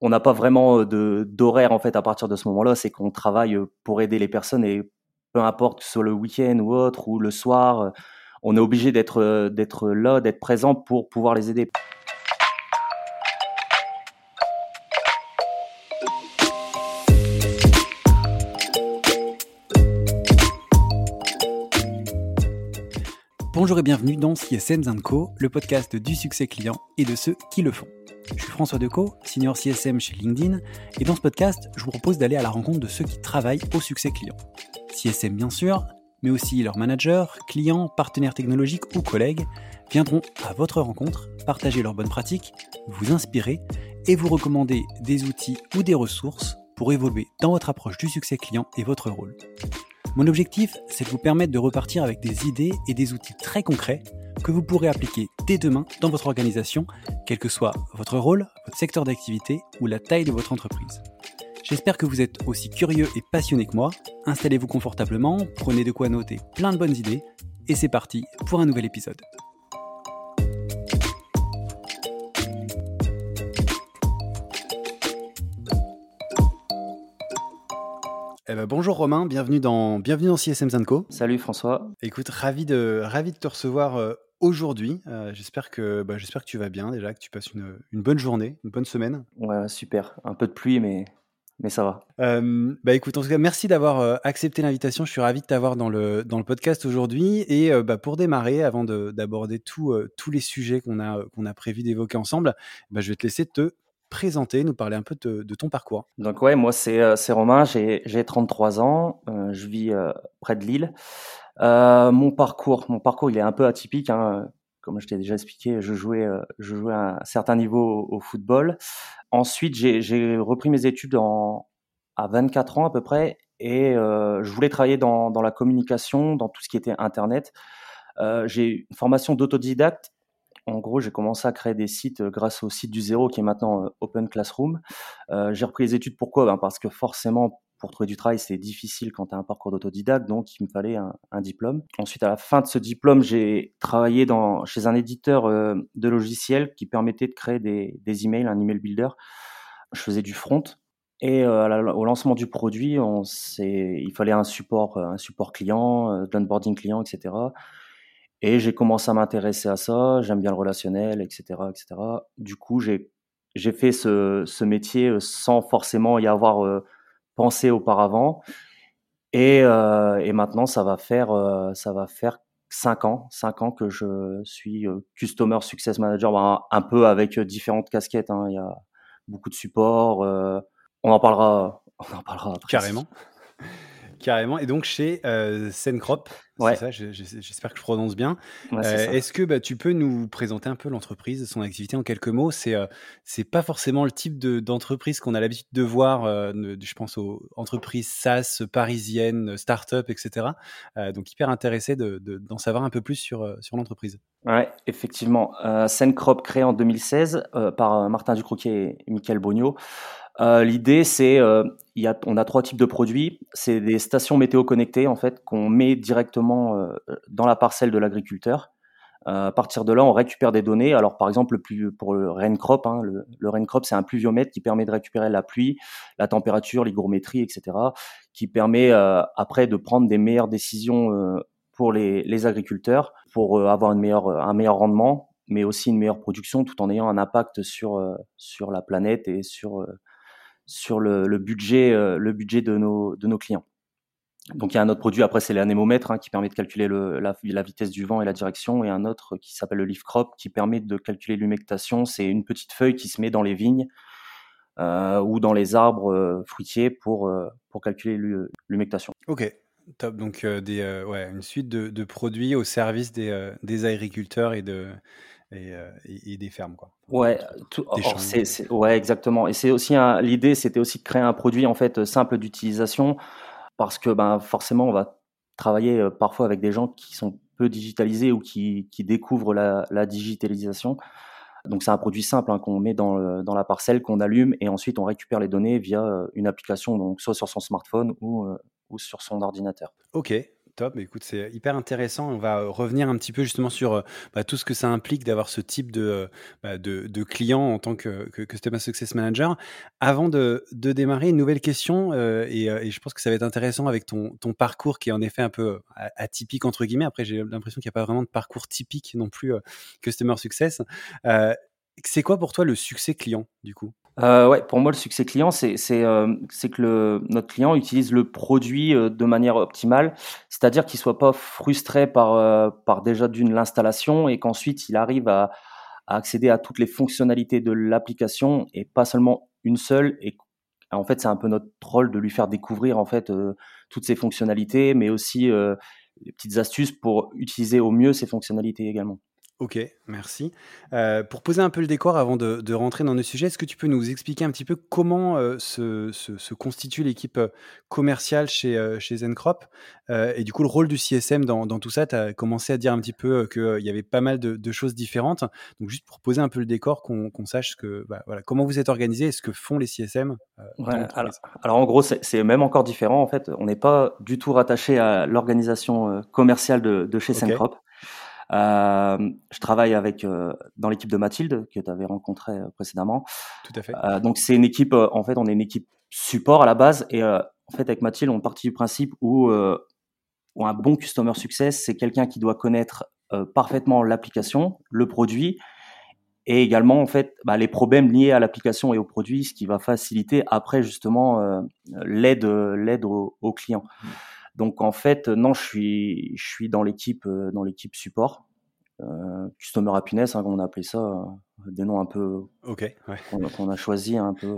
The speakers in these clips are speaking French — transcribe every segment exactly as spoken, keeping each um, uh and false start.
on n'a pas vraiment euh, de, d'horaire en fait à partir de ce moment-là. C'est qu'on travaille euh, pour aider les personnes et peu importe que ce soit le week-end ou autre ou le soir, euh, on est obligé d'être, euh, d'être là, d'être présent pour pouvoir les aider. Bonjour et bienvenue dans C S M and Co, le podcast du succès client et de ceux qui le font. Je suis François Decaux, senior C S M chez LinkedIn, et dans ce podcast, je vous propose d'aller à la rencontre de ceux qui travaillent au succès client. C S M bien sûr, mais aussi leurs managers, clients, partenaires technologiques ou collègues viendront à votre rencontre, partager leurs bonnes pratiques, vous inspirer et vous recommander des outils ou des ressources pour évoluer dans votre approche du succès client et votre rôle. Mon objectif, c'est de vous permettre de repartir avec des idées et des outils très concrets que vous pourrez appliquer dès demain dans votre organisation, quel que soit votre rôle, votre secteur d'activité ou la taille de votre entreprise. J'espère que vous êtes aussi curieux et passionné que moi. Installez-vous confortablement, prenez de quoi noter plein de bonnes idées, et c'est parti pour un nouvel épisode. Eh ben, bonjour Romain, bienvenue dans, bienvenue dans C S M and Co. Salut François. Écoute, ravi de, ravi de te recevoir euh, aujourd'hui. Euh, j'espère, que, bah, j'espère que tu vas bien déjà, que tu passes une, une bonne journée, une bonne semaine. Ouais, super. Un peu de pluie, mais, mais ça va. Euh, bah écoute, en tout cas, merci d'avoir euh, accepté l'invitation. Je suis ravi de t'avoir dans le, dans le podcast aujourd'hui. Et euh, bah, pour démarrer, avant de, d'aborder tout, euh, tous les sujets qu'on a, euh, qu'on a prévu d'évoquer ensemble, bah, je vais te laisser te présenter, nous parler un peu de, de ton parcours. Donc ouais, moi c'est, euh, c'est Romain, j'ai, j'ai trente-trois ans, euh, je vis euh, près de Lille. Euh, mon parcours, mon parcours, il est un peu atypique, hein. Comme je t'ai déjà expliqué, je jouais, euh, je jouais à un certain niveau au, au football. Ensuite, j'ai, j'ai repris mes études en, à vingt-quatre ans à peu près, et euh, je voulais travailler dans, dans la communication, dans tout ce qui était Internet. Euh, j'ai une formation d'autodidacte. En gros, j'ai commencé à créer des sites euh, grâce au site du zéro qui est maintenant euh, Open Classroom. Euh, j'ai repris les études, pourquoi? Ben parce que forcément, pour trouver du travail, c'est difficile quand tu as un parcours d'autodidacte, donc il me fallait un, un diplôme. Ensuite, à la fin de ce diplôme, j'ai travaillé dans, chez un éditeur euh, de logiciels qui permettait de créer des, des emails, un email builder. Je faisais du front. Et euh, à la- au lancement du produit, on s'est, il fallait un support, euh, un support client, euh, de l'onboarding client, et cetera. Et j'ai commencé à m'intéresser à ça. J'aime bien le relationnel, et cetera, et cetera. Du coup, j'ai j'ai fait ce, ce métier euh, sans forcément y avoir euh, pensé auparavant. Et, euh, et maintenant, ça va faire euh, ça va faire cinq ans, cinq ans que je suis euh, Customer Success Manager, ben, un peu avec euh, différentes casquettes, hein. Il y a beaucoup de support. Euh, on en parlera, on en parlera après. Carrément. Carrément. Et donc chez euh, Sencrop, c'est Ouais, ça, je- je- j'espère que je prononce bien. ouais, c'est Euh, ça. est-ce que bah, tu peux nous présenter un peu l'entreprise, son activité en quelques mots? C'est euh, c'est pas forcément le type de, d'entreprise qu'on a l'habitude de voir, euh, de- je pense aux entreprises SaaS parisiennes, start-up, et cetera. Euh, donc hyper intéressé de, de- d'en savoir un peu plus sur, euh, sur l'entreprise. Ouais, effectivement. Euh, Sencrop créé en deux mille seize euh, par euh, Martin Ducroquier et Michael Bogno. Euh, l'idée, c'est, euh, il y a, on a trois types de produits. C'est des stations météo connectées en fait qu'on met directement euh, dans la parcelle de l'agriculteur. Euh, à partir de là, on récupère des données. Alors, par exemple, le plus, pour le Raincrop, hein, le, le Raincrop, c'est un pluviomètre qui permet de récupérer la pluie, la température, l'hygrométrie, et cetera, qui permet euh, après de prendre des meilleures décisions euh, pour les, les agriculteurs, pour euh, avoir une meilleure, un meilleur rendement, mais aussi une meilleure production, tout en ayant un impact sur euh, sur la planète et sur euh, sur le, le budget euh, le budget de nos de nos clients. Donc il y a un autre produit, après c'est l'anémomètre, hein, qui permet de calculer le, la, la vitesse du vent et la direction, et un autre qui s'appelle le leaf crop qui permet de calculer l'humectation. C'est une petite feuille qui se met dans les vignes euh, ou dans les arbres euh, fruitiers pour, euh, pour calculer l'hu- l'humectation. Ok, top. Donc euh, des, euh, ouais, une suite de, de produits au service des, euh, des agriculteurs et, de, et, euh, et- et des fermes, quoi. Ouais, Entre autres. tout, Des or champs. c'est, c'est- ouais, exactement. Et c'est aussi un, l'idée, c'était aussi de créer un produit en fait simple d'utilisation, parce que ben forcément on va travailler euh, parfois avec des gens qui sont peu digitalisés ou qui, qui découvrent la, la digitalisation. Donc c'est un produit simple, hein, qu'on met dans, le- dans la parcelle, qu'on allume, et ensuite on récupère les données via euh, une application, donc soit sur son smartphone ou, euh, ou sur son ordinateur. Ok, Top, écoute, c'est hyper intéressant. On va revenir un petit peu justement sur euh, bah, tout ce que ça implique d'avoir ce type de, euh, bah, de, de client en tant que, que Customer Success Manager. Avant de, de démarrer, une nouvelle question, euh, et, euh, et je pense que ça va être intéressant avec ton, ton parcours qui est en effet un peu euh, atypique entre guillemets. Après, j'ai l'impression qu'il n'y a pas vraiment de parcours typique non plus euh, Customer Success. Euh, c'est quoi pour toi le succès client du coup? Euh, ouais, pour moi, le succès client, c'est c'est euh, c'est que le, notre client utilise le produit euh, de manière optimale, c'est-à-dire qu'il soit pas frustré par euh, par déjà d'une l'installation et qu'ensuite il arrive à, à accéder à toutes les fonctionnalités de l'application et pas seulement une seule. Et en fait, c'est un peu notre rôle de lui faire découvrir en fait euh, toutes ces fonctionnalités, mais aussi euh, les petites astuces pour utiliser au mieux ces fonctionnalités également. OK, merci. Heu, pour poser un peu le décor avant de de rentrer dans le sujet, est-ce que tu peux nous expliquer un petit peu comment, heu, se se se constitue l'équipe, heu, commerciale chez, heu, chez Zencrop? Heu et du coup, le rôle du C S M dans dans tout ça, tu as commencé à dire un petit peu, heu, qu'il y avait pas mal de de choses différentes. Donc juste pour poser un peu le décor, qu'on qu'on sache que, bah, voilà, comment vous êtes organisés et ce que font les C S M, heu, dans Ouais, alors, l'entreprise? alors en gros, c'est c'est même encore différent. En fait, on n'est pas du tout rattaché à l'organisation euh, commerciale de, de chez OK, Cencrop. Euh, je travaille avec euh, dans l'équipe de Mathilde que tu avais rencontrée euh, précédemment. tout à fait. Euh, donc c'est une équipe. Euh, en fait, on est une équipe support à la base et euh, en fait avec Mathilde, on partit du principe où, euh, où un bon customer success, c'est quelqu'un qui doit connaître euh, parfaitement l'application, le produit et également en fait bah, les problèmes liés à l'application et au produit, ce qui va faciliter après justement euh, l'aide l'aide au, au client. Donc en fait non, je suis je suis dans l'équipe euh, dans l'équipe support, euh, customer happiness, hein, on a appelé ça, euh, des noms un peu OK, ouais. qu'on, qu'on a choisi un peu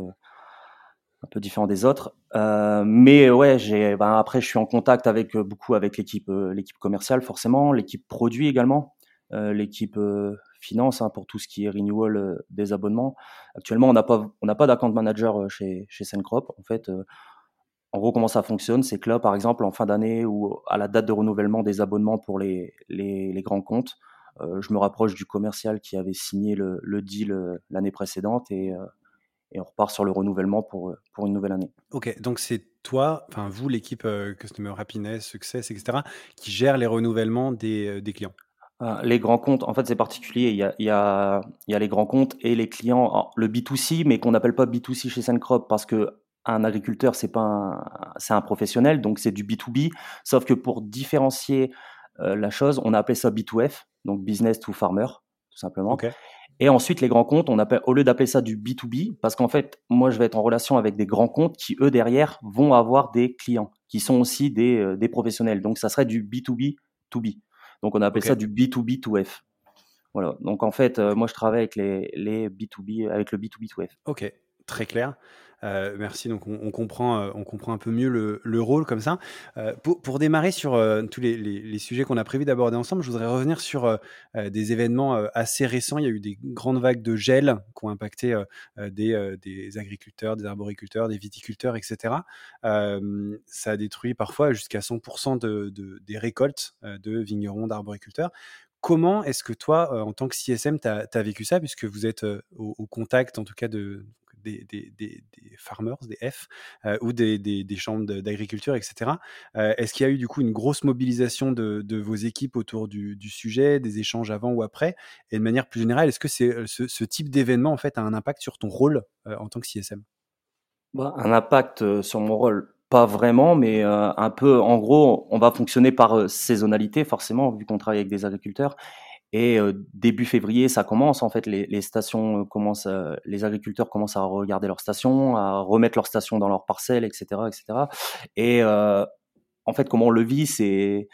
un peu différents des autres. Euh, mais ouais, j'ai ben, après je suis en contact avec euh, beaucoup avec l'équipe euh, l'équipe commerciale forcément, l'équipe produit également, euh, l'équipe euh, finance hein, pour tout ce qui est renewal euh, des abonnements. Actuellement, on n'a pas on n'a pas d'account manager euh, chez chez Cencrop. En fait, euh, en gros, comment ça fonctionne, c'est que là, par exemple, en fin d'année ou à la date de renouvellement des abonnements pour les les, les grands comptes, euh, je me rapproche du commercial qui avait signé le, le deal euh, l'année précédente et euh, et on repart sur le renouvellement pour, euh, pour une nouvelle année. OK, donc c'est toi, enfin vous, l'équipe, heu, Customer Happiness, Success et cetera, qui gère les renouvellements des, heu, des clients? Euh, Les grands comptes, en fait, c'est particulier. Il y a, il y a, il y a les grands comptes et les clients, alors, le B deux C, mais qu'on n'appelle pas B deux C chez Cencrop parce que un agriculteur, c'est pas un, c'est un professionnel, donc c'est du B deux B. Sauf que pour différencier euh, la chose, on a appelé ça B deux F, donc business to farmer, tout simplement. OK, Et ensuite, les grands comptes, on appelle, au lieu d'appeler ça du B deux B, parce qu'en fait, moi, je vais être en relation avec des grands comptes qui, eux, derrière, vont avoir des clients, qui sont aussi des, euh, des professionnels. Donc, ça serait du B deux B to B. Donc, on appelle ça OK, du B deux B to F. Voilà. Donc, en fait, euh, OK. moi, je travaille avec les, les B deux B, avec le B deux B to F. OK, très clair. Heu, merci, donc on on comprend, heu, on comprend un peu mieux le le rôle comme ça. Heu, pour pour démarrer sur, heu, tous les les les sujets qu'on a prévu d'aborder ensemble, je voudrais revenir sur, heu heu, des événements, heu, assez récents. Il y a eu des grandes vagues de gel qui ont impacté, heu heu, des, heu, des agriculteurs, des arboriculteurs, des viticulteurs et cetera. Hem, ça a détruit parfois jusqu'à cent de de des récoltes, heu, de vignerons, d'arboriculteurs. Comment est-ce que toi, heu, en tant que C S M, tu as vécu ça? Puisque vous êtes, heu, au au contact en tout cas de des des des des farmers, des F, heu, ou des des des chambres de d'agriculture et cetera. Heu, est-ce qu'il y a eu du coup une grosse mobilisation de de vos équipes autour du du sujet, des échanges avant ou après? Et de manière plus générale, est-ce que c'est, heu, ce ce type d'événement en fait a un impact sur ton rôle, heu, en tant que C S M? Bah, un impact euh, sur mon rôle, pas vraiment, mais euh, un peu, en gros, on va fonctionner par euh, saisonnalité, forcément, vu qu'on travaille avec des agriculteurs. Et euh, début février, ça commence en fait. Les, les stations euh, commencent, à- les agriculteurs commencent à regarder leurs stations, à remettre leurs stations dans leurs parcelles, et cetera, et cetera. Et cetera. Et euh, en fait, comment on le vit, c'est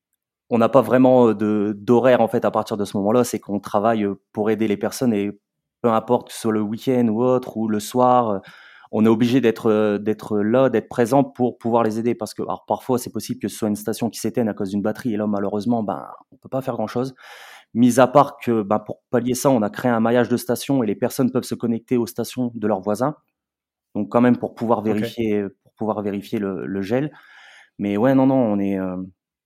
on n'a pas vraiment euh, de d'horaire en fait à partir de ce moment-là. C'est qu'on travaille euh, pour aider les personnes et peu importe que ce soit le week-end ou autre ou le soir, euh, on est obligé d'être euh, d'être là, d'être présent pour pouvoir les aider parce que alors parfois c'est possible que ce soit une station qui s'éteigne à cause d'une batterie et là malheureusement ben on peut pas faire grand-chose. Mis à part que ben, pour pallier ça, on a créé un maillage de stations et les personnes peuvent se connecter aux stations de leurs voisins. Donc quand même pour pouvoir OK. vérifier, pour pouvoir vérifier le, le gel. Mais ouais, non, non, on est, euh,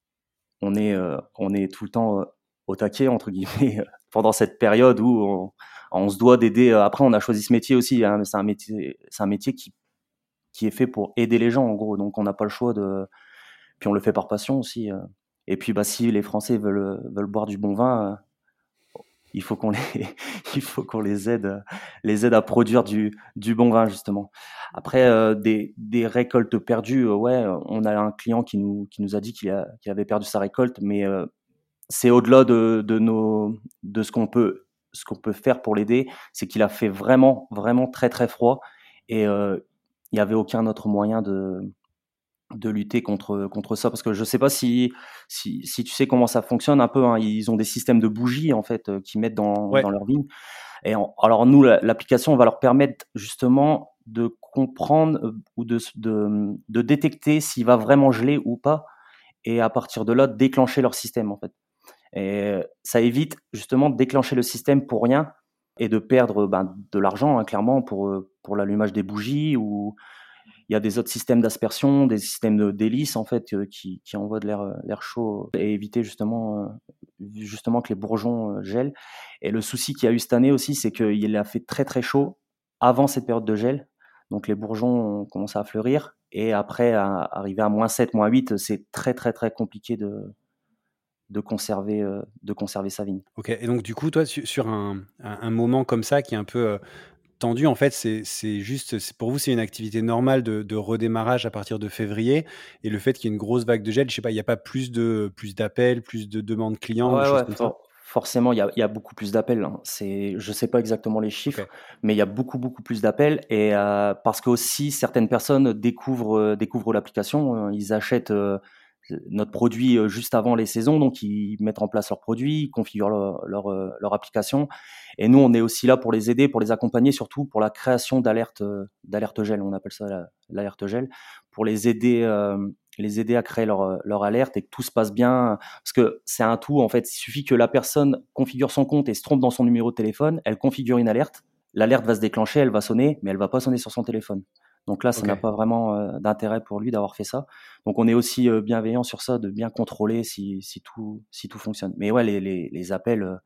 on est, euh, on est tout le temps euh, au taquet entre guillemets pendant cette période où on, on se doit d'aider. euh, Après, on a choisi ce métier aussi. Hein, mais c'est un métier, c'est un métier qui qui est fait pour aider les gens en gros. Donc on n'a pas le choix de puis on le fait par passion aussi. euh. Et puis bah si les Français veulent veulent boire du bon vin, euh, il faut qu'on les il faut qu'on les aide euh, les aide à produire du du bon vin justement. Après euh, des des récoltes perdues, euh, ouais, on a un client qui nous qui nous a dit qu'il a qu'il avait perdu sa récolte, mais euh, c'est au-delà de de nos de ce qu'on peut ce qu'on peut faire pour l'aider, c'est qu'il a fait vraiment vraiment très très froid et euh, il y avait aucun autre moyen de de lutter contre contre ça parce que je sais pas si si si tu sais comment ça fonctionne un peu, hein. Ils ont des systèmes de bougies en fait euh, qu'ils mettent dans Ouais. dans leur vigne et en- alors nous la- l'application va leur permettre justement de comprendre euh, ou de de de détecter s'il va vraiment geler ou pas et à partir de là déclencher leur système en fait. Et ça évite justement de déclencher le système pour rien et de perdre ben, de l'argent, hein, clairement, pour, euh, pour l'allumage des bougies. Ou il y a des autres systèmes d'aspersion, des systèmes de- d'hélice en fait, euh, qui, qui envoient de l'air, euh, l'air chaud et éviter justement, euh, justement que les bourgeons euh, gèlent. Et le souci qu'il y a eu cette année aussi, c'est qu'il a fait très très chaud avant cette période de gel. Donc les bourgeons ont commencé à fleurir. Et après, à, arriver à moins sept, moins huit, c'est très très très compliqué de, de conserver, euh, de conserver sa vigne. Ok. Et donc, du coup, toi, su- sur un, un- un moment comme ça qui est un peu euh, tendu, en fait, c'est c'est juste, c'est- pour vous, c'est une activité normale de, de redémarrage à partir de février. Et le fait qu'il y ait une grosse vague de gel, je sais pas, il n'y a pas plus de plus d'appels, plus de demandes clients ou des Ouais, choses ouais, comme ça? for- forcément, il y a, il y a beaucoup plus d'appels, hein. C'est, je sais pas exactement les Ok. chiffres, mais il y a beaucoup, beaucoup plus d'appels. Et euh, parce que aussi certaines personnes découvrent, euh, découvrent l'application, euh, ils achètent euh, notre produit euh, juste avant les saisons, donc ils mettent en place leurs produits, ils configurent leur, leur, euh, leur application. Et nous, on est aussi là pour les aider, pour les accompagner, surtout pour la création d'alertes, euh, d'alertes gel. On appelle ça la- l'alerte gel, pour les aider, euh, les aider à créer leur, leur alerte et que tout se passe bien. Parce que c'est un tout, en fait. Il suffit que la personne configure son compte et se trompe dans son numéro de téléphone, elle configure une alerte. L'alerte va se déclencher, elle va sonner, mais elle va pas sonner sur son téléphone. Donc là, ça Ok. n'a pas vraiment euh, d'intérêt pour lui d'avoir fait ça. Donc on est aussi euh, bienveillant sur ça, de bien contrôler si, si, tout, si tout fonctionne. Mais ouais, les, les, les appels, euh,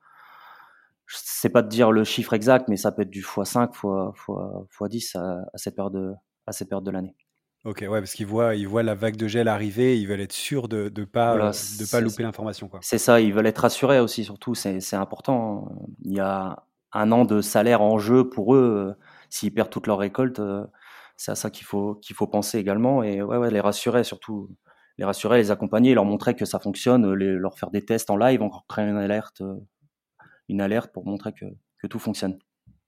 je sais pas te dire le chiffre exact, mais ça peut être du fois cinq, fois, fois, fois dix à, à cette période de, à cette période de l'année. Ok, ouais, parce qu'ils voient, ils voient la vague de gel arriver, ils veulent être sûrs de de pas Voilà, euh, de pas c'est louper l'information, quoi. c'est ça, ils veulent être rassurés aussi, surtout, c'est c'est important. Il y a un an de salaire en jeu pour eux. euh, S'ils perdent toute leur récolte, euh, c'est à ça qu'il faut, qu'il faut penser également. Et ouais, ouais, les rassurer, surtout, les rassurer, les accompagner, leur montrer que ça fonctionne, les- leur faire des tests en live, encore créer une alerte, euh, une alerte pour montrer que, que tout fonctionne.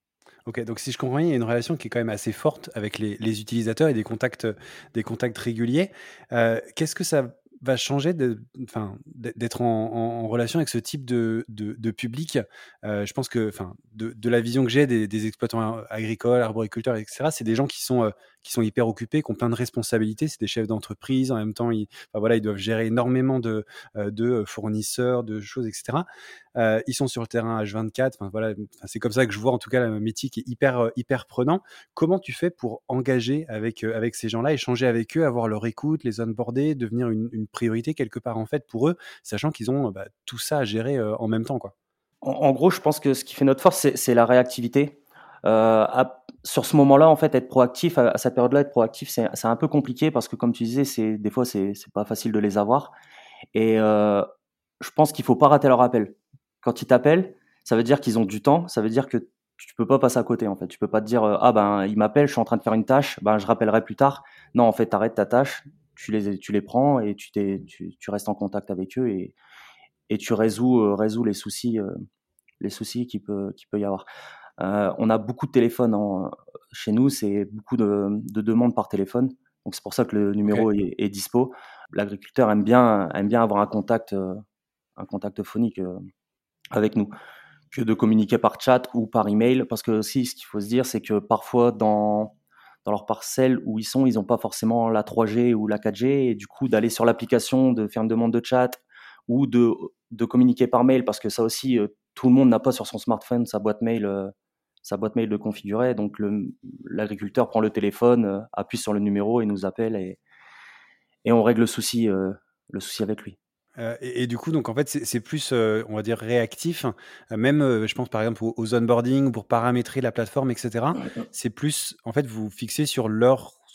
Ok, donc si je comprends bien, il y a une relation qui est quand même assez forte avec les, les utilisateurs et des contacts, des contacts réguliers. Euh, qu'est-ce que ça va changer de, enfin, d- d'être en, en- en relation avec ce type de, de, de public? Euh, je pense que, enfin, de, de la vision que j'ai des, des exploitants agricoles, arboriculteurs, et cetera, c'est des gens qui sont, euh, qui sont hyper occupés, qui ont plein de responsabilités. C'est des chefs d'entreprise. En même temps, ils, enfin, voilà, ils doivent gérer énormément de, euh, de fournisseurs, de choses, et cetera. Euh, ils sont sur le terrain H vingt-quatre. Enfin, voilà, enfin, c'est comme ça que je vois en tout cas le métier qui est hyper, euh, hyper prenant. Comment tu fais pour engager avec, euh, avec ces gens-là, échanger avec eux, avoir leur écoute, les onboarder, devenir une, une priorité quelque part en fait pour eux, sachant qu'ils ont euh, bah, tout ça à gérer euh, en même temps, quoi. En, en gros, je pense que ce qui fait notre force, c'est c'est la réactivité. Euh, à- sur ce moment-là, en fait, être proactif, à, à cette période-là, être proactif, c'est c'est un peu compliqué parce que, comme tu disais, c'est des fois, c'est c'est pas facile de les avoir. Et euh, je pense qu'il faut pas rater leur appel. Quand ils t'appellent, ça veut dire qu'ils ont du temps, ça veut dire que tu peux pas passer à côté en fait. Tu peux pas te dire euh, ah ben il m'appelle, je suis en train de faire une tâche, ben je rappellerai plus tard. Non, en fait, t'arrêtes ta tâche, tu les tu les prends et tu t'es tu, tu restes en contact avec eux et et tu résous euh, résous les soucis euh, les soucis qu'il peut qu'il peut y avoir. Euh, on a beaucoup de téléphones en- chez nous, c'est beaucoup de, de demandes par téléphone. Donc c'est pour ça que le Ok. numéro est, est dispo. L'agriculteur aime bien aime bien avoir un contact euh, un contact phonique euh, avec nous que de communiquer par chat ou par email parce que aussi ce qu'il faut se dire c'est que parfois dans dans leur parcelle où ils sont, ils n'ont pas forcément la trois G ou la quatre G et du coup d'aller sur l'application, de faire une demande de chat ou de de communiquer par mail parce que ça aussi euh, tout le monde n'a pas sur son smartphone sa boîte mail euh, sa boîte mail de configurer donc le l'agriculteur prend le téléphone, euh, appuie sur le numéro et nous appelle et et on règle le souci euh, le souci avec lui. Heu et et du coup, donc en fait, c'est c'est plus, heu, on va dire réactif, heu, même, heu, je pense par exemple aux aux onboarding pour paramétrer la plateforme et cetera. C'est plus en fait, vous fixez sur leurs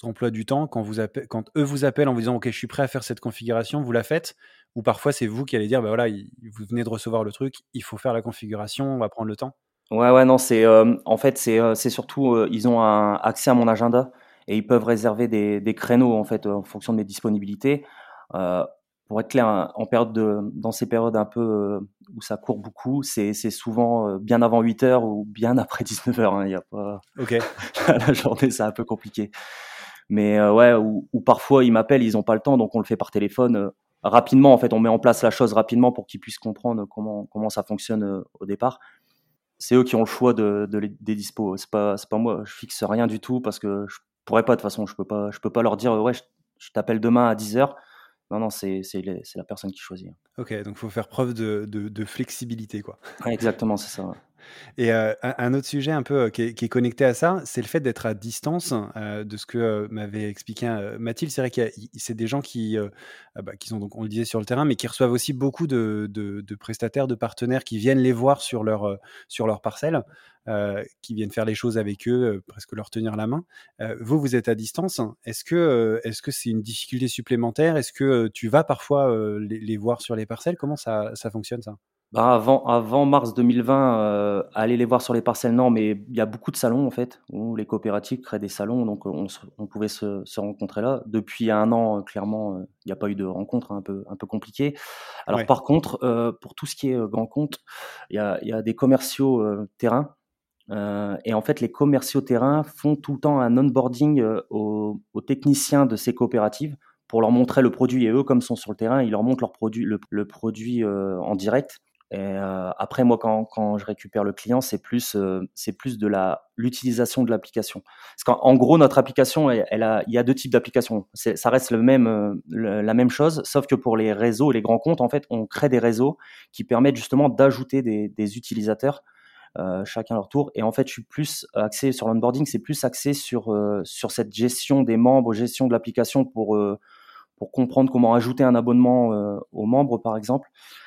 emploi du temps quand, vous appel- quand eux vous appellent en vous disant « Ok, je suis prêt à faire cette configuration », vous la faites? Ou parfois c'est vous qui allez dire bah, « Voilà, il- vous venez de recevoir le truc, il faut faire la configuration, on va prendre le temps ». Ouais, ouais, non, c'est euh, en fait c'est euh, c'est surtout euh, ils ont un accès à mon agenda et ils peuvent réserver des, des créneaux en fait en fonction de mes disponibilités. Euh, pour être clair, hein, en période de dans ces périodes un peu euh, où ça court beaucoup, c'est c'est souvent euh, bien avant huit heures ou bien après dix-neuf heures. Hein, il y a pas Ok, la journée, c'est un peu compliqué. Mais euh, ouais, ou, ou parfois ils m'appellent, ils ont pas le temps, donc on le fait par téléphone euh, rapidement. En fait, on met en place la chose rapidement pour qu'ils puissent comprendre comment comment ça fonctionne euh, au départ. C'est eux qui ont le choix de, de les- des dispos. C'est pas, c'est pas moi. Je fixe rien du tout parce que je pourrais pas de toute façon. Je peux pas, je peux pas leur dire ouais, je, je t'appelle demain à dix heures. Non, non, c'est, c'est, les- c'est la personne qui choisit. ok, donc il faut faire preuve de, de, de flexibilité, quoi. Ouais, exactement, c'est ça. Ouais. Et heu, un un autre sujet un peu, heu, qui est qui est connecté à ça, c'est le fait d'être à distance, heu, de ce que, heu, m'avait expliqué, heu, Mathilde. C'est vrai qu'il y a i c'est des gens qui, heu, ah bah, qui sont donc, on le disait, sur le terrain, mais qui reçoivent aussi beaucoup de de de prestataires, de partenaires qui viennent les voir sur leur, heu, sur leur parcelle, heu, qui viennent faire les choses avec eux, heu, presque leur tenir la main. Heu, vous, vous êtes à distance. Est-ce que, heu, est-ce que c'est une difficulté supplémentaire? Est-ce que, heu, tu vas parfois, heu, les les voir sur les parcelles? Comment ça ça fonctionne ça? Bah, avant, avant mars deux mille vingt, euh, aller les voir sur les parcelles, non, mais il y a beaucoup de salons en fait où les coopératives créent des salons, donc euh, on, se- on pouvait se, se rencontrer là. Depuis un an, euh, clairement, euh, il n'y a pas eu de rencontre, hein, un peu, un peu compliqué. Alors Ouais, par contre, euh, pour tout ce qui est euh, grand compte, il y a, il y a des commerciaux euh, terrain. Euh, et en fait, les commerciaux terrain font tout le temps un onboarding euh, aux, aux techniciens de ces coopératives pour leur montrer le produit. Et eux, comme ils sont sur le terrain, ils leur montrent leur produit, le, le produit euh, en direct. Et euh, après, moi, quand, quand je récupère le client, c'est plus, euh, c'est plus de la l'utilisation de l'application. Parce qu'en en gros, notre application, elle, elle a, il y a deux types d'applications. C'est, ça reste le même, euh, le- la même chose, sauf que pour les réseaux et les grands comptes, en fait, on crée des réseaux qui permettent justement d'ajouter des, des utilisateurs euh, chacun leur tour. Et en fait, je suis plus axé sur l'onboarding, c'est plus axé sur, euh, sur cette gestion des membres, gestion de l'application pour, euh, pour comprendre comment ajouter un abonnement euh, aux membres, par exemple.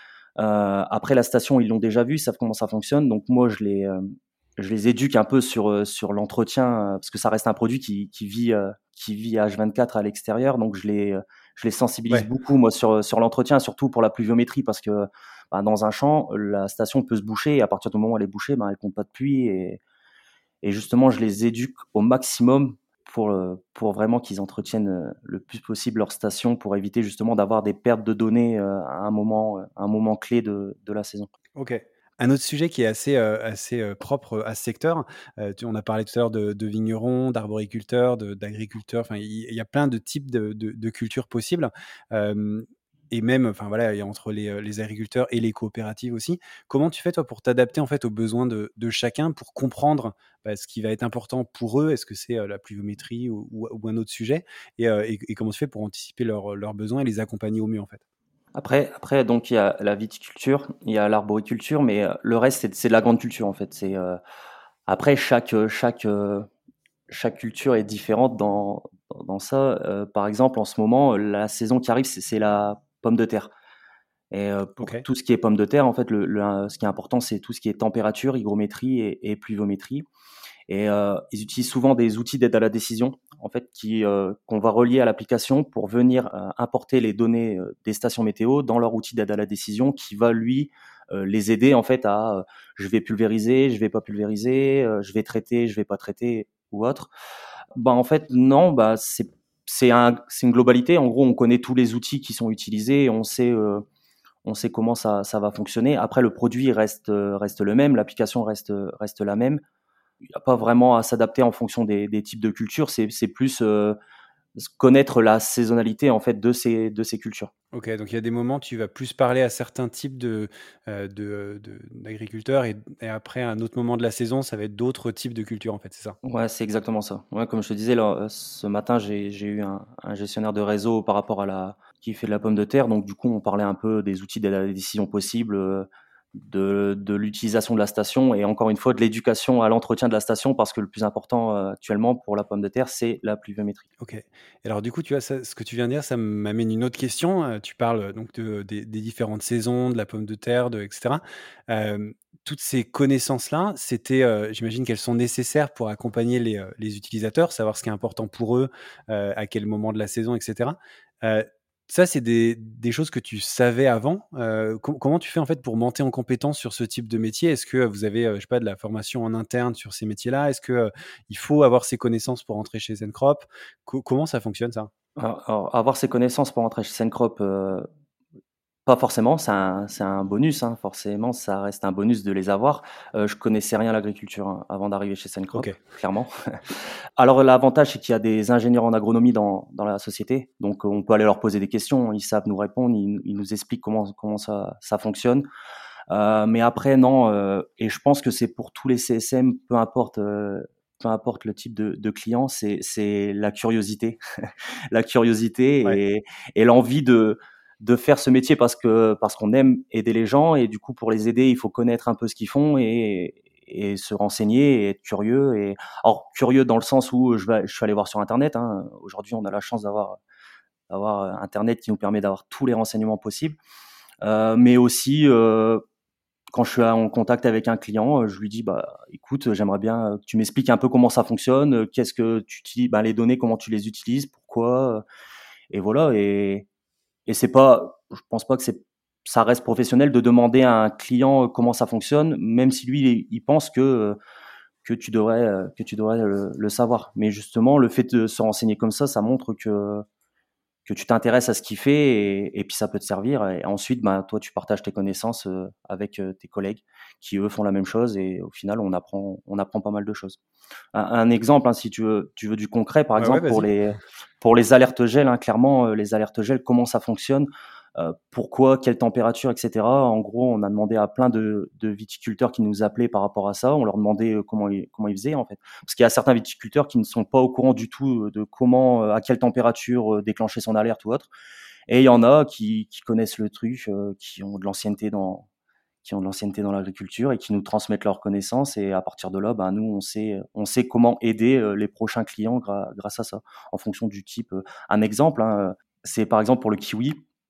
Euh, après, la station, ils l'ont déjà vu, ils savent comment ça fonctionne. Donc, moi, je les, euh, je les éduque un peu sur, euh, sur l'entretien, euh, parce que ça reste un produit qui, qui vit, euh, qui vit à H vingt-quatre à l'extérieur. Donc, je les, euh, je les sensibilise ouais. beaucoup, moi, sur, sur l'entretien, surtout pour la pluviométrie, parce que bah, dans un champ, la station peut se boucher, et à partir du moment où elle est bouchée, bah, elle compte pas de pluie. Et, et justement, je les éduque au maximum pour, euh, pour vraiment qu'ils entretiennent euh, le plus possible leur station pour éviter justement d'avoir des pertes de données euh, à un moment, euh, à un moment clé de, de la saison. OK. Un autre sujet qui est assez, heu, assez, heu, propre à ce secteur, heu, tu on a parlé tout à l'heure de de vignerons, d'arboriculteurs, de d'agriculteurs, enfin, il il y a plein de types de de de cultures possibles, hem et même, enfin, voilà, et entre les, heu, les agriculteurs et les coopératives aussi. Comment tu fais, toi, pour t'adapter, en fait, aux besoins de de chacun, pour comprendre, bah, ce qui va être important pour eux? Est-ce que c'est, heu, la pluviométrie ou ou ou un autre sujet? Et heu et et comment tu fais pour anticiper leurs, leurs besoins et les accompagner au mieux, en fait? Après, après, donc il y a la viticulture, il y a l'arboriculture, mais euh, le reste c'est c'est de la grande culture en fait. C'est euh, après chaque euh, chaque euh, chaque culture est différente dans dans dans ça. Euh, par exemple, en ce moment, la saison qui arrive, c'est c'est la pomme de terre. Et euh, pour OK. tout ce qui est pomme de terre, en fait, le, le- ce qui est important, c'est tout ce qui est température, hygrométrie et, et pluviométrie. Et euh, ils utilisent souvent des outils d'aide à la décision, en fait, qui euh, qu'on va relier à l'application pour venir euh, importer les données euh, des stations météo dans leur outil d'aide à la décision, qui va lui euh, les aider en fait à euh, je vais pulvériser, je vais pas pulvériser, euh, je vais traiter, je vais pas traiter ou autre. Bah en fait non, bah c'est c'est un c'est une globalité. En gros, on connaît tous les outils qui sont utilisés, on sait euh, on sait comment ça, ça va fonctionner. Après, le produit reste, euh, reste le même, l'application reste, reste la même. Il n'y a pas vraiment à s'adapter en fonction des, des types de cultures. C'est, c'est plus euh, connaître la saisonnalité en fait de ces, de ces cultures. OK, donc il y a des moments, tu vas plus parler à certains types de, heu, de, de d'agriculteurs et et après à un autre moment de la saison, ça va être d'autres types de cultures, en fait, c'est ça? Ouais, c'est exactement ça. Ouais, comme je te disais, là, euh, ce matin, j'ai, j'ai eu un, un gestionnaire de réseau par rapport à la, qui fait de la pomme de terre. Donc, du coup, on parlait un peu des outils d'aide à la décision possibles, euh, de, de l'utilisation de la station et encore une fois de l'éducation à l'entretien de la station parce que le plus important euh, actuellement pour la pomme de terre, c'est la pluviométrie. OK. Et alors du coup, tu vois, ça ce que tu viens de dire, ça m'amène une autre question, heu, tu parles, heu, donc de des des différentes saisons, de la pomme de terre, de et cetera. Hem, toutes ces connaissances-là, c'était, euh, j'imagine qu'elles sont nécessaires pour accompagner les, euh, les utilisateurs, savoir ce qui est important pour eux, euh, à quel moment de la saison, et cetera. Euh, ça, c'est des, des choses que tu savais avant. Euh, com- comment tu fais en fait pour monter en compétence sur ce type de métier? Est-ce que vous avez, euh, je sais pas, de la formation en interne sur ces métiers-là? Est-ce que euh, il faut avoir ces connaissances pour entrer chez Zencrop? Co- comment ça fonctionne ça? Alors, alors, avoir ces connaissances pour entrer chez Cencrop, euh, pas forcément, c'est un, c'est un bonus, hein, forcément, ça reste un bonus de les avoir. Euh, je connaissais rien à l'agriculture hein, avant d'arriver chez Ok. Cencrop, clairement. Alors l'avantage, c'est qu'il y a des ingénieurs en agronomie dans, dans la société, donc on peut aller leur poser des questions, ils savent nous répondre, ils, ils nous expliquent comment, comment ça, ça fonctionne. Euh, mais après, non, euh, et je pense que c'est pour tous les C S M, peu importe, euh, peu importe le type de, de client, c'est, c'est la curiosité, la Ouais. curiosité et, et l'envie de, de faire ce métier parce que parce qu'on aime aider les gens et du coup pour les aider, il faut connaître un peu ce qu'ils font et et se renseigner et être curieux et alors curieux dans le sens où je vais je suis allé voir sur internet hein. Aujourd'hui, on a la chance d'avoir d'avoir internet qui nous permet d'avoir tous les renseignements possibles. Euh, mais aussi euh, quand je suis en contact avec un client, euh, je lui dis bah écoute, j'aimerais bien que tu m'expliques un peu comment ça fonctionne, euh, qu'est-ce que tu utilises, bah, les données, comment tu les utilises, pourquoi, euh, et voilà. Et et c'est pas, je pense pas que c'est, ça reste professionnel de demander à un client euh, comment ça fonctionne, même si lui il, il pense que euh, que tu devrais euh, que tu devrais le, le savoir. Mais justement, le fait de se renseigner comme ça, ça montre que que tu t'intéresses à ce qu'il fait et, et puis ça peut te servir. Et ensuite, ben, toi, tu partages tes connaissances euh, avec euh, tes collègues qui, eux, font la même chose et au final, on apprend, on apprend pas mal de choses. Un, un exemple, hein, si tu veux, tu veux du concret, par Ouais, ouais, exemple, pour vas-y. les, pour les alertes gel, hein, clairement, euh, les alertes gel, comment ça fonctionne, euh, pourquoi, quelle température, et cetera. En gros, on a demandé à plein de, de viticulteurs qui nous appelaient par rapport à ça. On leur demandait euh, comment ils, comment ils faisaient, en fait. Parce qu'il y a certains viticulteurs qui ne sont pas au courant du tout de comment, euh, à quelle température euh, déclencher son alerte ou autre. Et il y en a qui, qui connaissent le truc, euh, qui ont de l'ancienneté dans, qui ont de l'ancienneté dans l'agriculture et qui nous transmettent leurs connaissances. Et à partir de là, ben, nous, on sait, on sait comment aider euh, les prochains clients gra- grâce à ça, en fonction du type. Euh, Un exemple, hein, c'est par exemple pour le kiwi.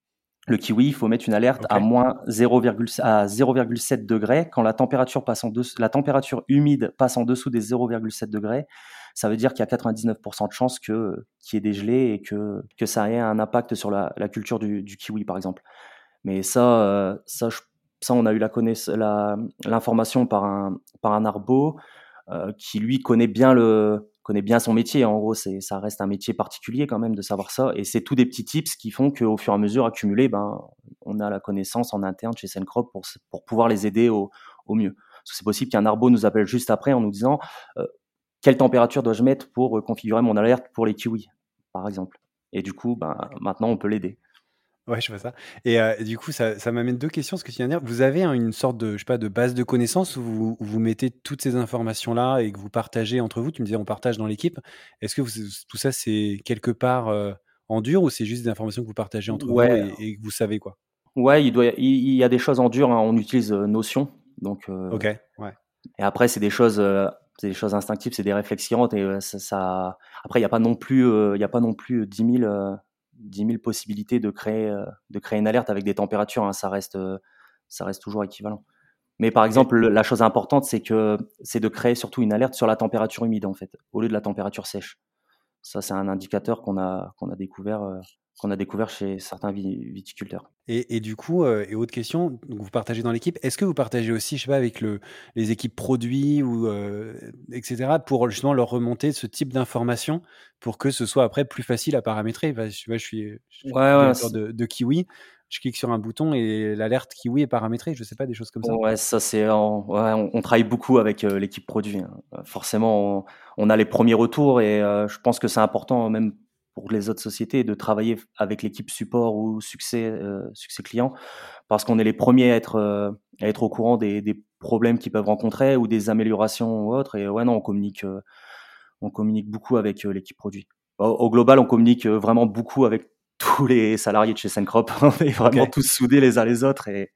Le kiwi, il faut mettre une alerte Ok. à moins zéro virgule à zéro virgule sept degrés. Quand la température passe en dessous, la température humide passe en dessous des zéro virgule sept degrés, ça veut dire qu'il y a quatre-vingt-dix-neuf pour cent de chances que, qu'il y ait des gelées et que, que ça ait un impact sur la, la culture du, du kiwi, par exemple. Mais ça, euh, ça, je- ça, on a eu la connaiss- la- l'information par un, par un arbo euh, qui lui connaît bien le connaît bien son métier. En gros, c'est ça reste un métier particulier quand même de savoir ça. Et c'est tous des petits tips qui font qu'au fur et à mesure accumulés, ben on a la connaissance en interne chez Cencrop pour pour pouvoir les aider au, au mieux. Parce que c'est possible qu'un arbo nous appelle juste après en nous disant euh, quelle température dois-je mettre pour euh, configurer mon alerte pour les kiwis, par exemple. Et du coup, ben maintenant on peut l'aider. Ouais, je vois ça. Et heu, du coup, ça ça m'amène deux questions, ce que tu viens de dire. Vous avez un une sorte de, je sais pas, de base de connaissances où vous où vous mettez toutes ces informations-là et que vous partagez entre vous? Tu me disais on partage dans l'équipe. Est-ce que vous tout ça, c'est quelque part, heu, en dur ou c'est juste des informations que vous partagez entre vous Ouais, et et que vous savez, quoi? ouais, il doit, il, il y a des choses en dur. Hein, on utilise euh, Notion, donc euh, OK, ouais. et après, c'est des choses, euh, c'est des choses instinctives, c'est des réflexions. Et euh, ça, ça... Après, il n'y a pas non plus, euh, il y a pas non plus dix mille, euh, dix mille possibilités de créer, euh, de créer une alerte avec des températures. Hein, ça reste, euh, ça reste toujours équivalent. Mais par OK. exemple, le- la chose importante, c'est que c'est de créer surtout une alerte sur la température humide en fait, au lieu de la température sèche. Ça, c'est un indicateur qu'on a, qu'on a découvert, euh, qu'on a découvert chez certains vi- viticulteurs. Et et du coup, heu et autre question, donc vous partagez dans l'équipe. Est-ce que vous partagez aussi, je sais pas, avec le les équipes produits ou heu et cetera, pour justement leur remonter ce type d'informations pour que ce soit après plus facile à paramétrer? Bah, tu vois, je suis je suis Ouais, ouais, cultivateur de de kiwi, je clique sur un bouton et l'alerte kiwi est paramétrée, je sais pas, des choses comme ça? Ouais, ça c'est en ouais, on on travaille beaucoup avec, heu, l'équipe produit, hein. Heu, forcément, on on a les premiers retours et heu, je pense que c'est important même pour les autres sociétés de travailler f avec l'équipe support ou succès, heu, succès client parce qu'on est les premiers à être, heu, à être au courant des des problèmes qu'ils peuvent rencontrer ou des améliorations ou autres et ouais, non, on communique, heu, on communique beaucoup avec, heu, l'équipe produit. Au au global, on communique, heu, vraiment beaucoup avec tous les salariés de chez Cencrop. On est vraiment OK. tous soudés les uns les autres et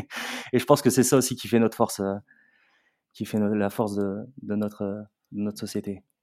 et je pense que c'est ça aussi qui fait notre force, heu, qui fait no la force de de notre, heu, de notre société.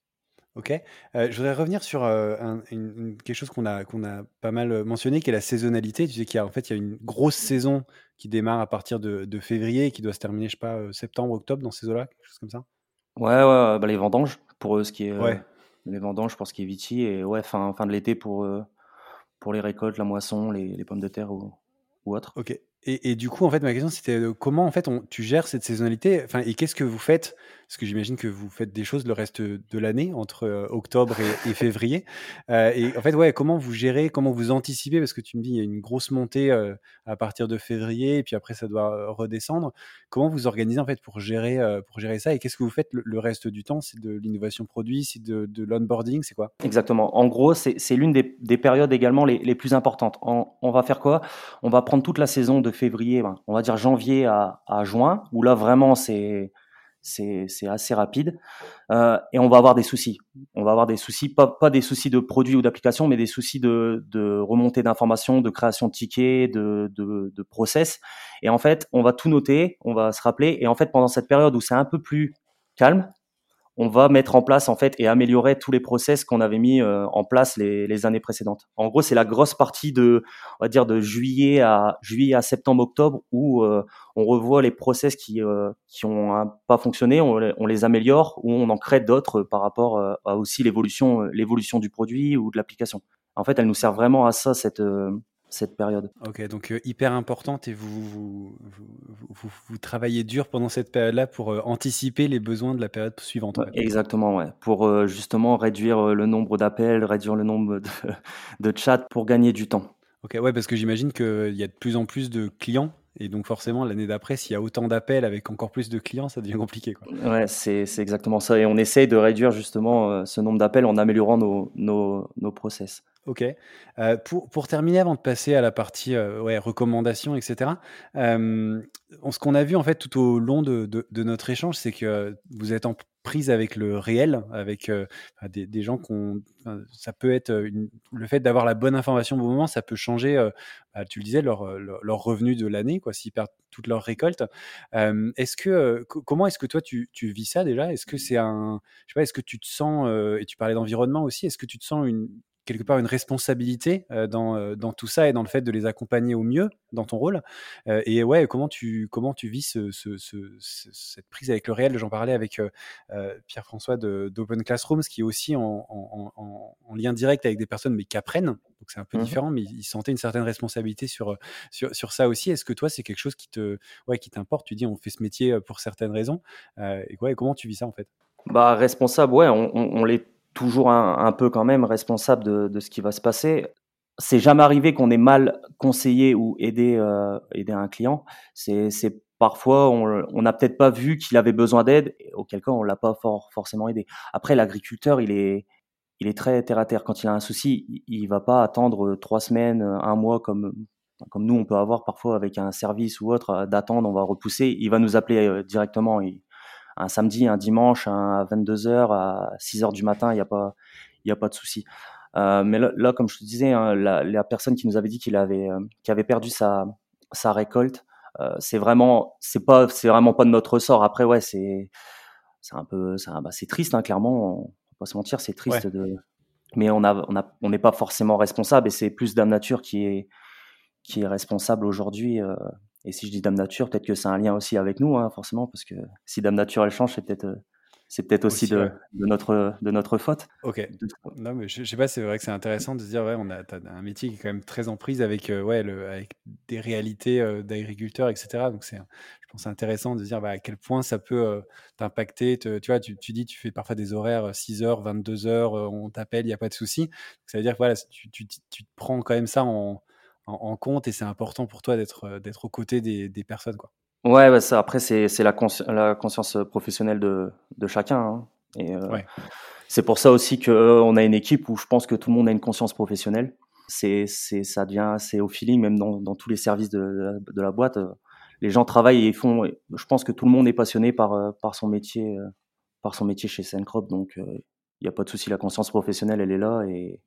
Ok. Euh, je voudrais revenir sur euh, un- une- une- quelque chose qu'on a, qu'on a pas mal euh, mentionné, qui est la saisonnalité. Tu sais qu'il y a, en fait, il y a une grosse saison qui démarre à partir de, de février et qui doit se terminer, je sais pas, euh, septembre, octobre, dans ces eaux-là, quelque chose comme ça. Ouais, ouais, ouais, bah, les vendanges, pour eux, ce qui est euh, Ouais. les vendanges pour ce qui est viti, et ouais, fin, fin de l'été pour, euh, pour les récoltes, la moisson, les, les pommes de terre ou, ou autres. Ok. Et, et du coup, en fait, ma question, c'était euh, comment, en fait, on, tu gères cette saisonnalité, enfin, et qu'est-ce que vous faites? Parce que j'imagine que vous faites des choses le reste de l'année, entre euh, octobre et, et février. Euh, et en fait, ouais, comment vous gérez, comment vous anticipez? Parce que tu me dis, il y a une grosse montée euh, à partir de février, et puis après, ça doit euh, redescendre. Comment vous organisez, en fait, pour gérer, euh, pour gérer ça? Et qu'est-ce que vous faites le, le reste du temps? C'est de l'innovation produit, c'est de, de l'onboarding, c'est quoi? Exactement. En gros, c'est c'est l'une des, des périodes également les, les plus importantes. On, on va faire quoi? On va prendre toute la saison de février, ben, on va dire janvier à, à juin, où là vraiment c'est c'est c'est assez rapide. Euh, et on va avoir des soucis. On va avoir des soucis, pas, pas des soucis de produits ou d'applications, mais des soucis de, de remontée d'informations, de création de tickets, de, de, de process. Et en fait, on va tout noter, on va se rappeler. Et en fait, pendant cette période où c'est un peu plus calme, on va mettre en place en fait et améliorer tous les process qu'on avait mis euh, en place les, les années précédentes. En gros, c'est la grosse partie de, on va dire de juillet à juillet à septembre, octobre où euh, on revoit les process qui euh, qui ont hein, pas fonctionné, on les, on les améliore ou on en crée d'autres par rapport euh, à aussi l'évolution l'évolution du produit ou de l'application. En fait, elle nous sert vraiment à ça cette euh, cette période. Ok, donc euh, hyper importante et vous vous, vous, vous, vous travaillez dur pendant cette période-là pour euh, anticiper les besoins de la période suivante en Ouais, fait. exactement, ouais. Pour euh, justement réduire euh, le nombre d'appels, réduire le nombre de, de chats pour gagner du temps. Ok, ouais, parce que j'imagine qu'il y a de plus en plus de clients et donc forcément l'année d'après, s'il y a autant d'appels avec encore plus de clients, ça devient compliqué quoi. Ouais, c'est c'est exactement ça. Et on essaye de réduire justement euh, ce nombre d'appels en améliorant nos, nos, nos process. Ok. Euh, pour, pour terminer, avant de passer à la partie euh, ouais, recommandations, et cetera, euh, on- ce qu'on a vu en fait tout au long de, de- de notre échange, c'est que vous êtes en prise avec le réel, avec euh, enfin, des, des gens qu'on, enfin, ça peut être une- le fait d'avoir la bonne information au bon moment, ça peut changer, euh, bah, tu le disais, leur, euh, leur, leur revenu de l'année, quoi, s'ils perdent toute leur récolte. Euh, est-ce que, euh, co- comment est-ce que toi tu, tu vis ça déjà? Est-ce que c'est un, je sais pas, est-ce que tu te sens, euh, et tu parlais d'environnement aussi, est-ce que tu te sens une quelque part une responsabilité euh, dans, euh, dans tout ça et dans le fait de les accompagner au mieux dans ton rôle. Euh, et ouais, comment tu, comment tu vis ce, ce, ce, ce- cette prise avec le réel? J'en parlais avec euh, euh, Pierre-François de- d'Open Classrooms, qui est aussi en, en, en, en lien direct avec des personnes, mais qui apprennent. Donc c'est un peu Mhm. différent, mais il sentait une certaine responsabilité sur, sur, sur ça aussi. Est-ce que toi, c'est quelque chose qui te, ouais, qui t'importe? Tu dis, on fait ce métier pour certaines raisons. Euh, et ouais, comment tu vis ça en fait? Bah, responsable, ouais, on, on, on l'est toujours un, un peu quand même responsable de, de ce qui va se passer. C'est jamais arrivé qu'on ait mal conseillé ou aidé, euh, aidé un client. C'est, c'est parfois on on n'a peut-être pas vu qu'il avait besoin d'aide, et auquel cas on l'a pas for- forcément aidé. Après, l'agriculteur, il est il est très terre à terre. Quand il a un souci, il, il va pas attendre trois semaines, un mois comme comme nous on peut avoir parfois avec un service ou autre euh, d'attendre. On va repousser. Il va nous appeler euh, directement. Il, un samedi, un dimanche, un, à vingt-deux heures, à six heures du matin, il n'y a pas, il y a pas de souci. Euh, mais là, là, comme je te disais, hein, la, la personne qui nous avait dit qu'il avait, euh, qu'il avait perdu sa, sa récolte, euh, c'est vraiment, c'est pas, c'est vraiment pas de notre ressort. Après, ouais, c'est, c'est un peu, c'est, un- bah, c'est triste, hein, clairement. On va pas se mentir, c'est Ouais. triste de, mais on a, on a, on n'est pas forcément responsable et c'est plus Dame Nature qui est, qui est responsable aujourd'hui. Euh, et si je dis Dame Nature, peut-être que c'est un lien aussi avec nous, hein, forcément, parce que si Dame Nature elle change, c'est peut-être euh, c'est peut-être aussi Aussi, de, ouais. de notre de notre faute. Ok. De- Non, mais je, je sais pas, c'est vrai que c'est intéressant de se dire, ouais, on a t'as un métier qui est quand même très en prise avec, euh, ouais, le, avec des réalités euh, d'agriculteurs, et cetera. Donc, c'est, je pense, intéressant de se dire bah, à quel point ça peut euh, t'impacter. Te- tu vois, tu, tu dis, tu fais parfois des horaires euh, six heures, vingt-deux heures, euh, on t'appelle, il n'y a pas de souci. Donc, ça veut dire que voilà, tu, tu, tu te prends quand même ça en, en, en compte et c'est important pour toi d'être euh, d'être aux côtés des, des personnes, quoi. Ouais, ouais, ça. Après, c'est c'est la, consci- la conscience professionnelle de de chacun. Hein. Et euh, Ouais. c'est pour ça aussi que euh, on a une équipe où je pense que tout le monde a une conscience professionnelle. C'est c'est ça devient c'est au feeling même dans dans tous les services de de la boîte. euh, Les gens travaillent et font. Je pense que tout le monde est passionné par euh, par son métier euh, par son métier chez Sencrop. Donc, il n'y a pas de souci. La conscience professionnelle, elle est là et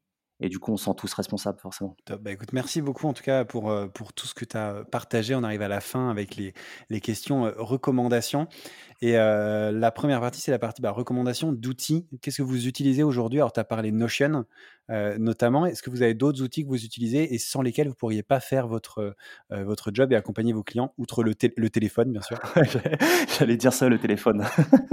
et du coup, on se sent tous responsables forcément. Top. Bah, écoute, merci beaucoup en tout cas pour, euh, pour tout ce que tu as partagé. On arrive à la fin avec les, les questions euh, recommandations. Et euh, la première partie, c'est la partie bah, recommandation d'outils. Qu'est-ce que vous utilisez aujourd'hui? Alors, tu as parlé Notion euh, notamment. Est-ce que vous avez d'autres outils que vous utilisez et sans lesquels vous ne pourriez pas faire votre, euh, votre job et accompagner vos clients, outre le, té- le téléphone, bien sûr? J'allais dire ça, le téléphone.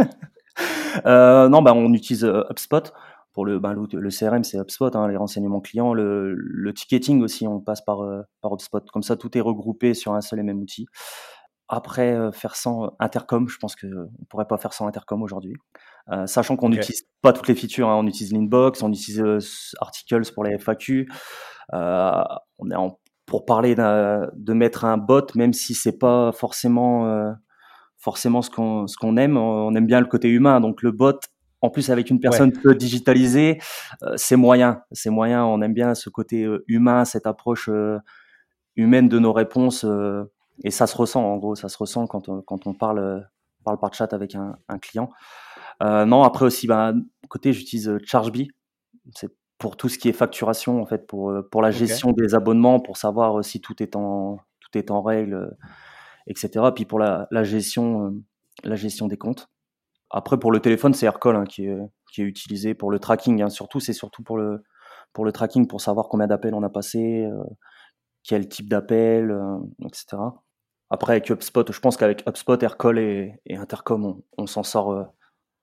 euh, non, bah, on utilise euh, HubSpot. Pour le, ben, le, le C R M, c'est HubSpot, hein, les renseignements clients, le, le ticketing aussi, on passe par, euh, par HubSpot. Comme ça, tout est regroupé sur un seul et même outil. Après, euh, faire sans Intercom, je pense qu'on ne pourrait pas faire sans Intercom aujourd'hui. Euh, sachant qu'on Ok. n'utilise pas toutes les features, hein. On utilise Linbox, on utilise euh, Articles pour les F A Q. Euh, on est en, pour parler de mettre un bot, même si c'est pas forcément, euh, forcément ce qu'on, ce qu'on aime, on aime bien le côté humain. Donc le bot, en plus avec une Ouais. personne peu digitalisée, euh, c'est moyen. C'est moyen. On aime bien ce côté euh, humain, cette approche euh, humaine de nos réponses. Euh, et ça se ressent, en gros, ça se ressent quand on, quand on parle, euh, parle par chat avec un, un client. Euh, non, après aussi, bah, côté, j'utilise euh, Chargebee. C'est pour tout ce qui est facturation, en fait, pour, euh, pour la Ok. gestion des abonnements, pour savoir euh, si tout est en, tout est en règle, euh, et cetera. Puis pour la, la gestion, euh, la gestion des comptes. Après, pour le téléphone, c'est Aircall hein, qui, est, qui est utilisé pour le tracking. Hein. Surtout, c'est surtout pour le, pour le tracking, pour savoir combien d'appels on a passé, euh, quel type d'appel, euh, et cetera. Après, avec HubSpot, je pense qu'avec HubSpot, Aircall et, et Intercom, on, on s'en sort, euh,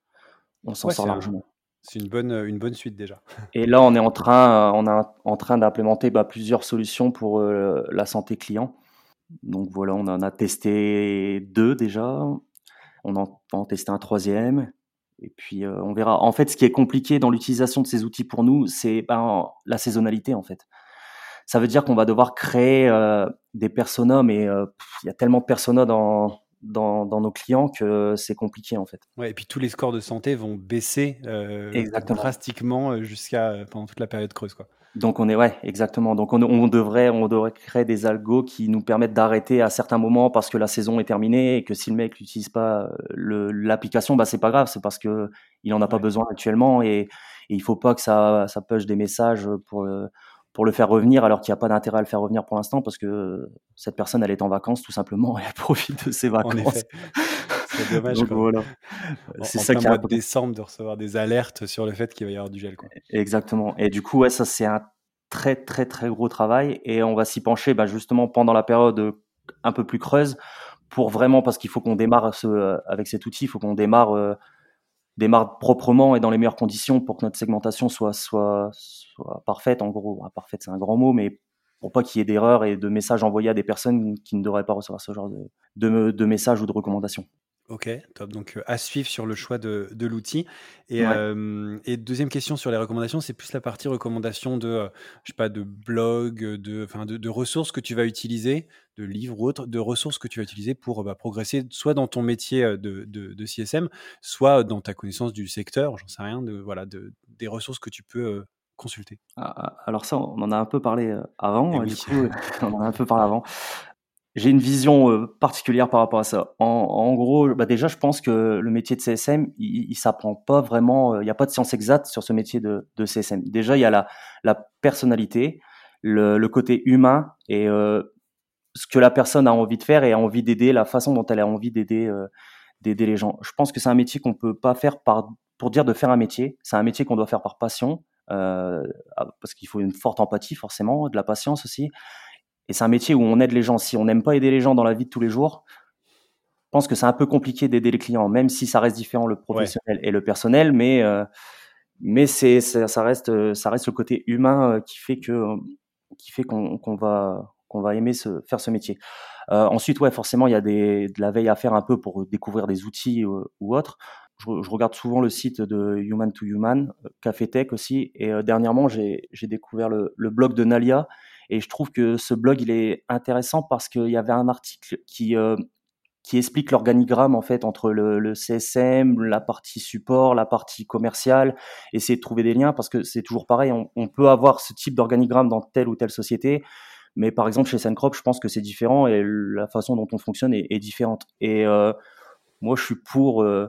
on s'en Ouais, sort c'est un, largement. c'est une bonne, une bonne suite déjà. Et là, on est en train, euh, on est en train d'implémenter bah, plusieurs solutions pour euh, la santé client. Donc voilà, on en a testé deux déjà. On en, va en tester un troisième. Et puis euh, on verra. En fait, ce qui est compliqué dans l'utilisation de ces outils pour nous, c'est ben, la saisonnalité en fait. Ça veut dire qu'on va devoir créer euh, des personas, mais euh, pff, il y a tellement de personas dans, dans, dans nos clients que c'est compliqué en fait. Ouais, et puis tous les scores de santé vont baisser euh, Exactement. drastiquement euh, jusqu'à euh, pendant toute la période creuse, quoi. Donc on est ouais exactement. Donc on, on devrait on devrait créer des algos qui nous permettent d'arrêter à certains moments parce que la saison est terminée et que si le mec n'utilise pas le, l'application, bah c'est pas grave, c'est parce que il en a pas Ouais. besoin actuellement et, et il faut pas que ça ça push des messages pour le, pour le faire revenir alors qu'il n'y a pas d'intérêt à le faire revenir pour l'instant parce que cette personne elle est en vacances tout simplement et elle profite de ses En vacances. effet, ce serait dommage Donc quoi. voilà, En, c'est en ça plein qui est mois de important. décembre de recevoir des alertes sur le fait qu'il va y avoir du gel, quoi. Exactement. Et du coup, ouais, ça c'est un très très très gros travail et on va s'y pencher bah, justement pendant la période euh, un peu plus creuse pour vraiment parce qu'il faut qu'on démarre ce, euh, avec cet outil, il faut qu'on démarre euh, démarre proprement et dans les meilleures conditions pour que notre segmentation soit soit soit parfaite. En gros, ah, parfaite c'est un grand mot, mais pour pas qu'il y ait d'erreurs et de messages envoyés à des personnes qui ne devraient pas recevoir ce genre de de, de messages ou de recommandations. Ok, top. Donc euh, à suivre sur le choix de, de l'outil. Et, Ouais. euh, et deuxième question sur les recommandations, c'est plus la partie recommandation de, euh, je sais pas, de blog, de, enfin de, de ressources que tu vas utiliser, de livres ou autres, de ressources que tu vas utiliser pour bah, progresser, soit dans ton métier euh, de, de, de C S M, soit dans ta connaissance du secteur, j'en sais rien, de voilà, de, des ressources que tu peux euh, consulter. Ah, ah, alors ça, on en a un peu parlé euh, Et avant. Du oui. coup, on en a un peu parlé avant. J'ai une vision euh, particulière par rapport à ça. En, en gros, bah déjà, je pense que le métier de C S M, il, il s'apprend pas vraiment. euh, Il n'y a pas de science exacte sur ce métier de, de C S M. Déjà, il y a la, la personnalité, le, le côté humain et euh, ce que la personne a envie de faire et a envie d'aider, la façon dont elle a envie d'aider euh, d'aider les gens. Je pense que c'est un métier qu'on peut pas faire par pour dire de faire un métier. C'est un métier qu'on doit faire par passion, euh, parce qu'il faut une forte empathie forcément, de la patience aussi. Et c'est un métier où on aide les gens. Si on n'aime pas aider les gens dans la vie de tous les jours, je pense que c'est un peu compliqué d'aider les clients, même si ça reste différent le Ouais. professionnel et le personnel, mais euh, mais c'est, c'est ça reste euh, ça reste le côté humain euh, qui fait que qui fait qu'on qu'on va qu'on va aimer se, faire ce métier. Euh, ensuite, ouais, forcément, il y a des, de la veille à faire un peu pour découvrir des outils euh, ou autres. Je, je regarde souvent le site de Human to Human, euh, Café Tech aussi, et euh, dernièrement, j'ai, j'ai découvert le, le blog de Nalia, et je trouve que ce blog, il est intéressant parce qu'il y avait un article qui, euh, qui explique l'organigramme en fait entre le, le C S M, la partie support, la partie commerciale, essayer de trouver des liens parce que c'est toujours pareil, on, on peut avoir ce type d'organigramme dans telle ou telle société, mais par exemple chez Sencrop, je pense que c'est différent et la façon dont on fonctionne est, est différente. Et euh, moi, je suis pour euh,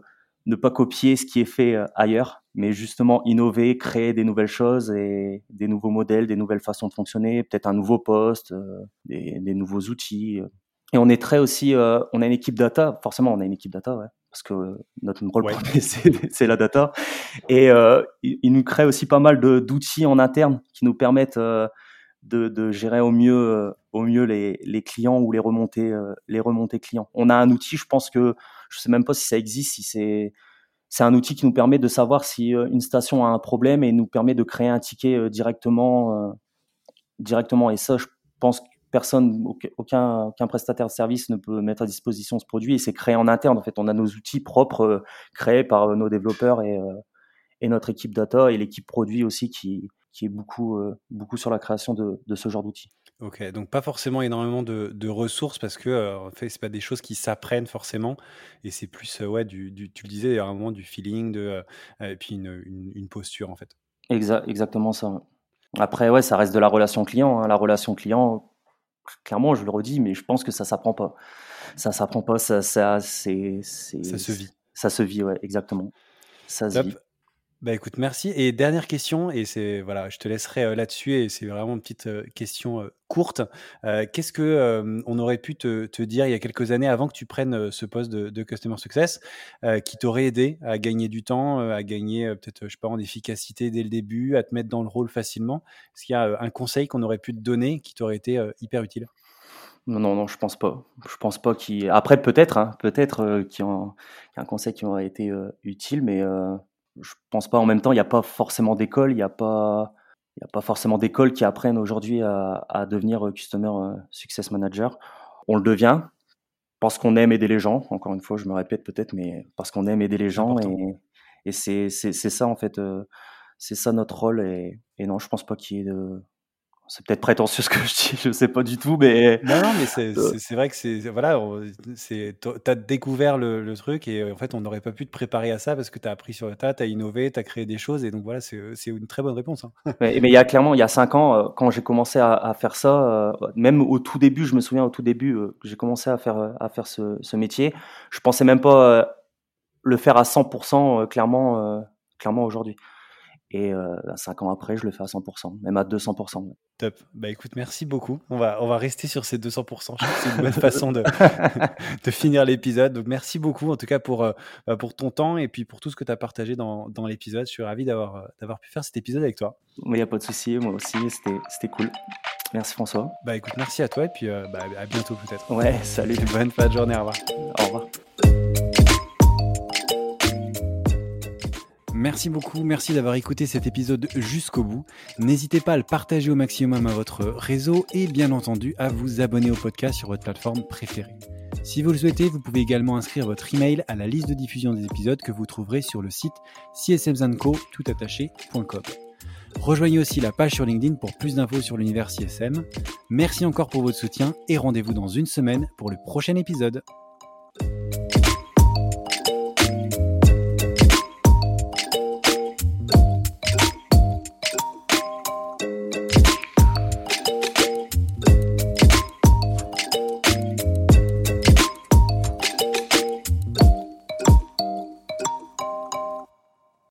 ne pas copier ce qui est fait ailleurs, mais justement innover, créer des nouvelles choses et des nouveaux modèles, des nouvelles façons de fonctionner, peut-être un nouveau poste, euh, des, des nouveaux outils. Et on est très aussi, euh, on a une équipe data, forcément on a une équipe data, ouais, parce que notre rôle ouais. premier c'est, c'est la data. Et euh, il, il nous crée aussi pas mal de, d'outils en interne qui nous permettent euh, de, de gérer au mieux, euh, au mieux les, les clients ou les remontées, euh, les remontées clients. On a un outil, je pense que je sais même pas si ça existe, si c'est, c'est un outil qui nous permet de savoir si euh, une station a un problème et nous permet de créer un ticket euh, directement, euh, directement. Et ça, je pense que personne, aucun, aucun prestataire de service ne peut mettre à disposition ce produit, et c'est créé en interne. En fait, on a nos outils propres euh, créés par euh, nos développeurs et, euh, et notre équipe data et l'équipe produit aussi qui, qui est beaucoup, euh, beaucoup sur la création de, de ce genre d'outils. Ok, donc pas forcément énormément de, de ressources parce que euh, en fait c'est pas des choses qui s'apprennent forcément et c'est plus euh, ouais du, du tu le disais il y a un moment du feeling de euh, et puis une, une, une posture en fait. Exact, exactement ça. Après ouais, ça reste de la relation client, hein. La relation client, clairement je le redis, mais je pense que ça s'apprend pas. Ça s'apprend pas, ça, ça c'est, c'est ça se vit. Ça se vit, ouais, exactement. Ça se Top. vit. Bah écoute, merci. Et dernière question, et c'est voilà, je te laisserai euh, là-dessus, et c'est vraiment une petite euh, question euh, courte. Euh, qu'est-ce que euh, on aurait pu te, te dire il y a quelques années avant que tu prennes euh, ce poste de, de Customer Success, euh, qui t'aurait aidé à gagner du temps, euh, à gagner euh, peut-être, je sais pas, en efficacité dès le début, à te mettre dans le rôle facilement? Est-ce qu'il y a euh, un conseil qu'on aurait pu te donner qui t'aurait été euh, hyper utile? Non, non, non, je pense pas. Je pense pas qu'il. Après, peut-être, hein, peut-être euh, qu'il y a un, qu'il y a un conseil qui aurait été euh, utile, mais euh, je pense pas. En même temps, il n'y a pas forcément d'école, il n'y a pas, il y a pas forcément d'école qui apprennent aujourd'hui à, à devenir euh, Customer euh, Success Manager. On le devient parce qu'on aime aider les gens. Encore une fois, je me répète peut-être, mais parce qu'on aime aider les gens et, et c'est, c'est, c'est ça en fait, euh, c'est ça notre rôle. Et, et non, je pense pas qu'il y ait de. C'est peut-être prétentieux ce que je dis, je sais pas du tout, mais non, non, mais c'est, c'est, c'est vrai que c'est voilà, c'est t'as découvert le, le truc et en fait on n'aurait pas pu te préparer à ça parce que t'as appris sur le tas, t'as innové, t'as créé des choses et donc voilà, c'est, c'est une très bonne réponse. Hein. Mais, mais il y a clairement, il y a cinq ans, quand j'ai commencé à, à faire ça, même au tout début, je me souviens au tout début que j'ai commencé à faire à faire ce, ce métier, je pensais même pas le faire à cent pour cent clairement, clairement aujourd'hui. Et euh, cinq ans après, je le fais à cent pour cent, même à deux cents pour cent. Top. Bah écoute, merci beaucoup. On va, on va rester sur ces deux cents pour cent. Je trouve que c'est une bonne façon de, de finir l'épisode. Donc merci beaucoup en tout cas pour, euh, pour ton temps et puis pour tout ce que tu as partagé dans, dans l'épisode. Je suis ravi d'avoir, d'avoir pu faire cet épisode avec toi. Il n'y a pas de souci, moi aussi, c'était, c'était cool. Merci François. Bah écoute, merci à toi et puis euh, bah, à bientôt peut-être. Ouais, salut. Bonne fin de journée, au revoir. Au revoir. Merci beaucoup, merci d'avoir écouté cet épisode jusqu'au bout. N'hésitez pas à le partager au maximum à votre réseau et bien entendu à vous abonner au podcast sur votre plateforme préférée. Si vous le souhaitez, vous pouvez également inscrire votre email à la liste de diffusion des épisodes que vous trouverez sur le site c s m s and co tout attaché point com. Rejoignez aussi la page sur LinkedIn pour plus d'infos sur l'univers C S M. Merci encore pour votre soutien et rendez-vous dans une semaine pour le prochain épisode.